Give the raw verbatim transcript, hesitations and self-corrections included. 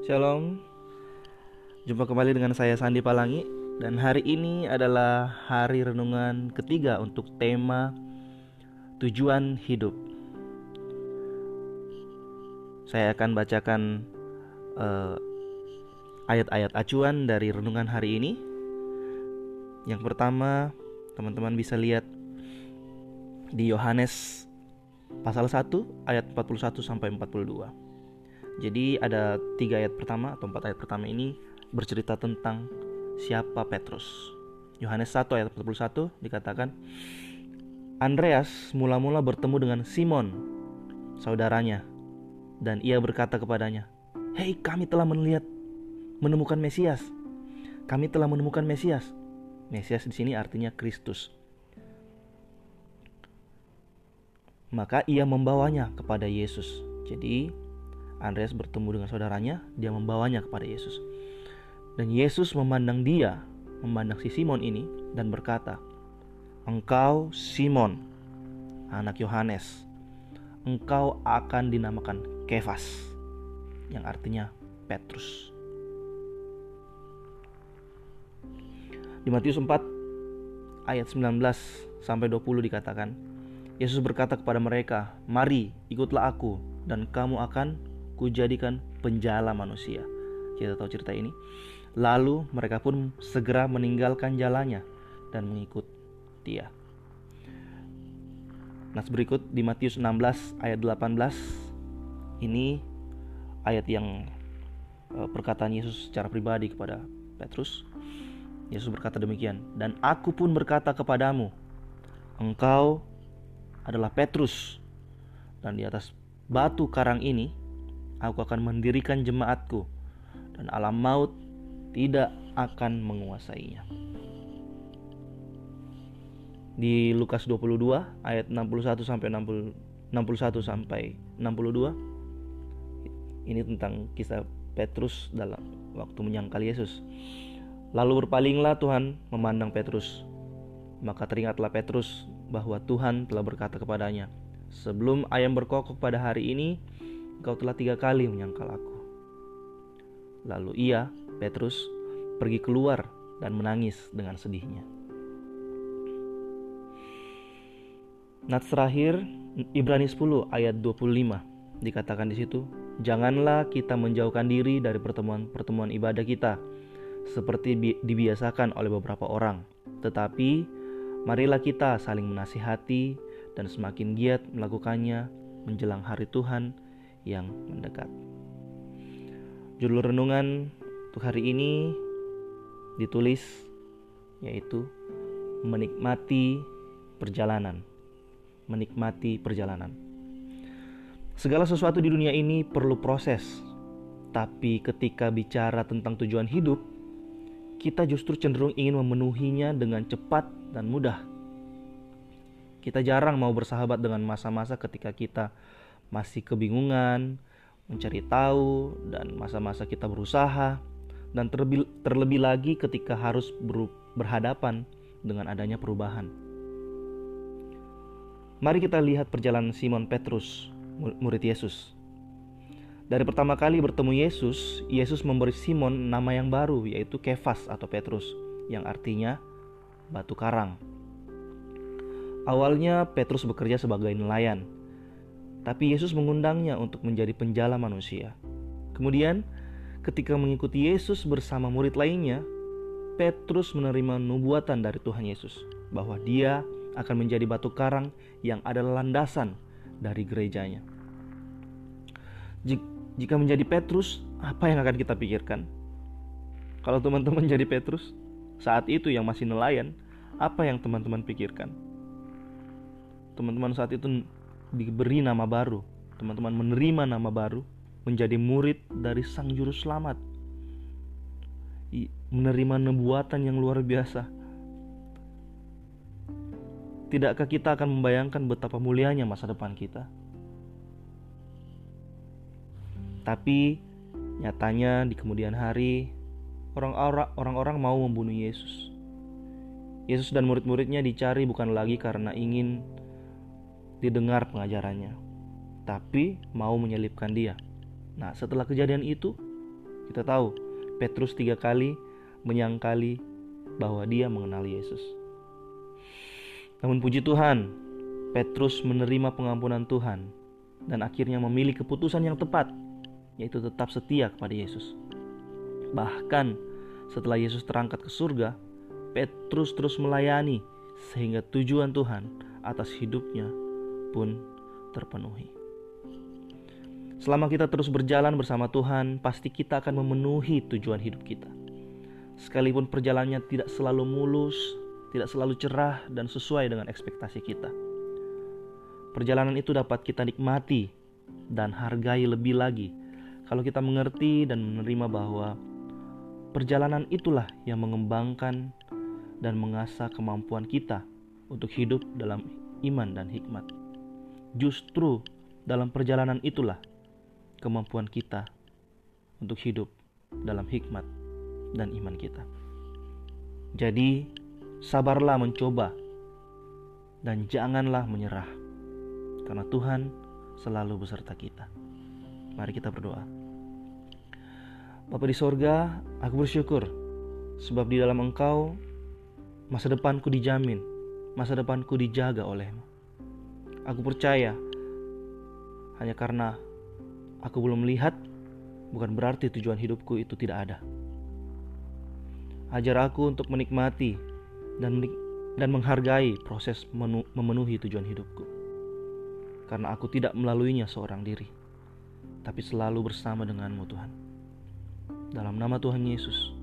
Shalom, jumpa kembali dengan saya Sandi Palangi. Dan hari ini adalah hari renungan ketiga untuk tema tujuan hidup. Saya akan bacakan uh, ayat-ayat acuan dari renungan hari ini. Yang pertama, teman-teman bisa lihat di Yohanes pasal satu ayat empat puluh satu sampai empat puluh dua. Jadi ada tiga ayat pertama atau empat ayat pertama ini bercerita tentang siapa Petrus. Yohanes satu ayat empat puluh satu dikatakan, Andreas mula-mula bertemu dengan Simon, saudaranya, dan ia berkata kepadanya, "Hei, kami telah melihat menemukan Mesias. Kami telah menemukan Mesias." Mesias di sini artinya Kristus. Maka ia membawanya kepada Yesus. Jadi Andreas bertemu dengan saudaranya, dia membawanya kepada Yesus. Dan Yesus memandang dia, memandang si Simon ini dan berkata, "Engkau Simon, anak Yohanes, engkau akan dinamakan Kefas," yang artinya Petrus. Di Matius empat ayat sembilan belas sampai dua puluh dikatakan, Yesus berkata kepada mereka, "Mari, ikutlah aku, dan kamu akan kujadikan penjala manusia." Kita tahu cerita ini. Lalu mereka pun segera meninggalkan jalannya dan mengikut dia. Nah, berikut di Matius enam belas ayat delapan belas. Ini ayat yang e, perkataan Yesus secara pribadi kepada Petrus. Yesus berkata demikian, "Dan aku pun berkata kepadamu, engkau adalah Petrus, dan di atas batu karang ini aku akan mendirikan jemaatku, dan alam maut tidak akan menguasainya." Di Lukas dua puluh dua ayat enam puluh satu sampai enam puluh, enam puluh satu sampai enam puluh dua, ini tentang kisah Petrus dalam waktu menyangkal Yesus. "Lalu berpalinglah Tuhan memandang Petrus. Maka teringatlah Petrus bahwa Tuhan telah berkata kepadanya, 'Sebelum ayam berkokok pada hari ini, engkau telah tiga kali menyangkal aku.' Lalu ia, Petrus, pergi keluar dan menangis dengan sedihnya." Nats terakhir Ibrani sepuluh ayat dua puluh lima dikatakan di situ, "Janganlah kita menjauhkan diri dari pertemuan-pertemuan ibadah kita seperti bi- dibiasakan oleh beberapa orang, tetapi marilah kita saling menasihati dan semakin giat melakukannya menjelang hari Tuhan yang mendekat." Judul renungan untuk hari ini ditulis yaitu menikmati perjalanan. Menikmati perjalanan. Segala sesuatu di dunia ini perlu proses, tapi ketika bicara tentang tujuan hidup, kita justru cenderung ingin memenuhinya dengan cepat dan mudah. Kita jarang mau bersahabat dengan masa-masa ketika kita masih kebingungan, mencari tahu, dan masa-masa kita berusaha, dan terlebih, terlebih lagi ketika harus ber, berhadapan dengan adanya perubahan. Mari kita lihat perjalanan Simon Petrus, murid Yesus. Dari pertama kali bertemu Yesus, Yesus memberi Simon nama yang baru, yaitu Kefas atau Petrus, yang artinya batu karang. Awalnya Petrus bekerja sebagai nelayan, tapi Yesus mengundangnya untuk menjadi penjala manusia. Kemudian, ketika mengikuti Yesus bersama murid lainnya, Petrus menerima nubuatan dari Tuhan Yesus bahwa dia akan menjadi batu karang yang adalah landasan dari gerejanya. Jika menjadi Petrus, apa yang akan kita pikirkan? Kalau teman-teman jadi Petrus saat itu yang masih nelayan, apa yang teman-teman pikirkan? Teman-teman saat itu diberi nama baru, teman-teman menerima nama baru, menjadi murid dari Sang Juru Selamat, menerima nubuatan yang luar biasa. Tidakkah kita akan membayangkan betapa mulianya masa depan kita? Tapi nyatanya di kemudian hari orang-orang mau membunuh Yesus. Yesus dan murid-muridnya dicari bukan lagi karena ingin didengar pengajarannya, tapi mau menyelibkan dia. Nah, setelah kejadian itu, Kita tahu Petrus tiga kali menyangkali bahwa dia mengenal Yesus. Namun puji Tuhan, Petrus menerima pengampunan Tuhan dan akhirnya memilih keputusan yang tepat, yaitu tetap setia kepada Yesus. Bahkan setelah Yesus terangkat ke surga, Petrus terus melayani sehingga tujuan Tuhan atas hidupnya pun terpenuhi. Selama kita terus berjalan bersama Tuhan, pasti kita akan memenuhi tujuan hidup kita. Sekalipun perjalanannya tidak selalu mulus, tidak selalu cerah dan sesuai dengan ekspektasi kita. Perjalanan itu dapat kita nikmati dan hargai lebih lagi kalau kita mengerti dan menerima bahwa perjalanan itulah yang mengembangkan dan mengasah kemampuan kita untuk hidup dalam iman dan hikmat. Justru dalam perjalanan itulah kemampuan kita untuk hidup dalam hikmat dan iman kita. Jadi, sabarlah mencoba dan janganlah menyerah, karena Tuhan selalu beserta kita. Mari kita berdoa. Bapa di sorga, aku bersyukur sebab di dalam Engkau masa depanku dijamin, masa depanku dijaga oleh-Mu. Aku percaya hanya karena aku belum melihat, bukan berarti tujuan hidupku itu tidak ada. Ajar aku untuk menikmati dan dan menghargai proses menu, memenuhi tujuan hidupku. Karena aku tidak melaluinya seorang diri, tapi selalu bersama denganmu Tuhan. Dalam nama Tuhan Yesus,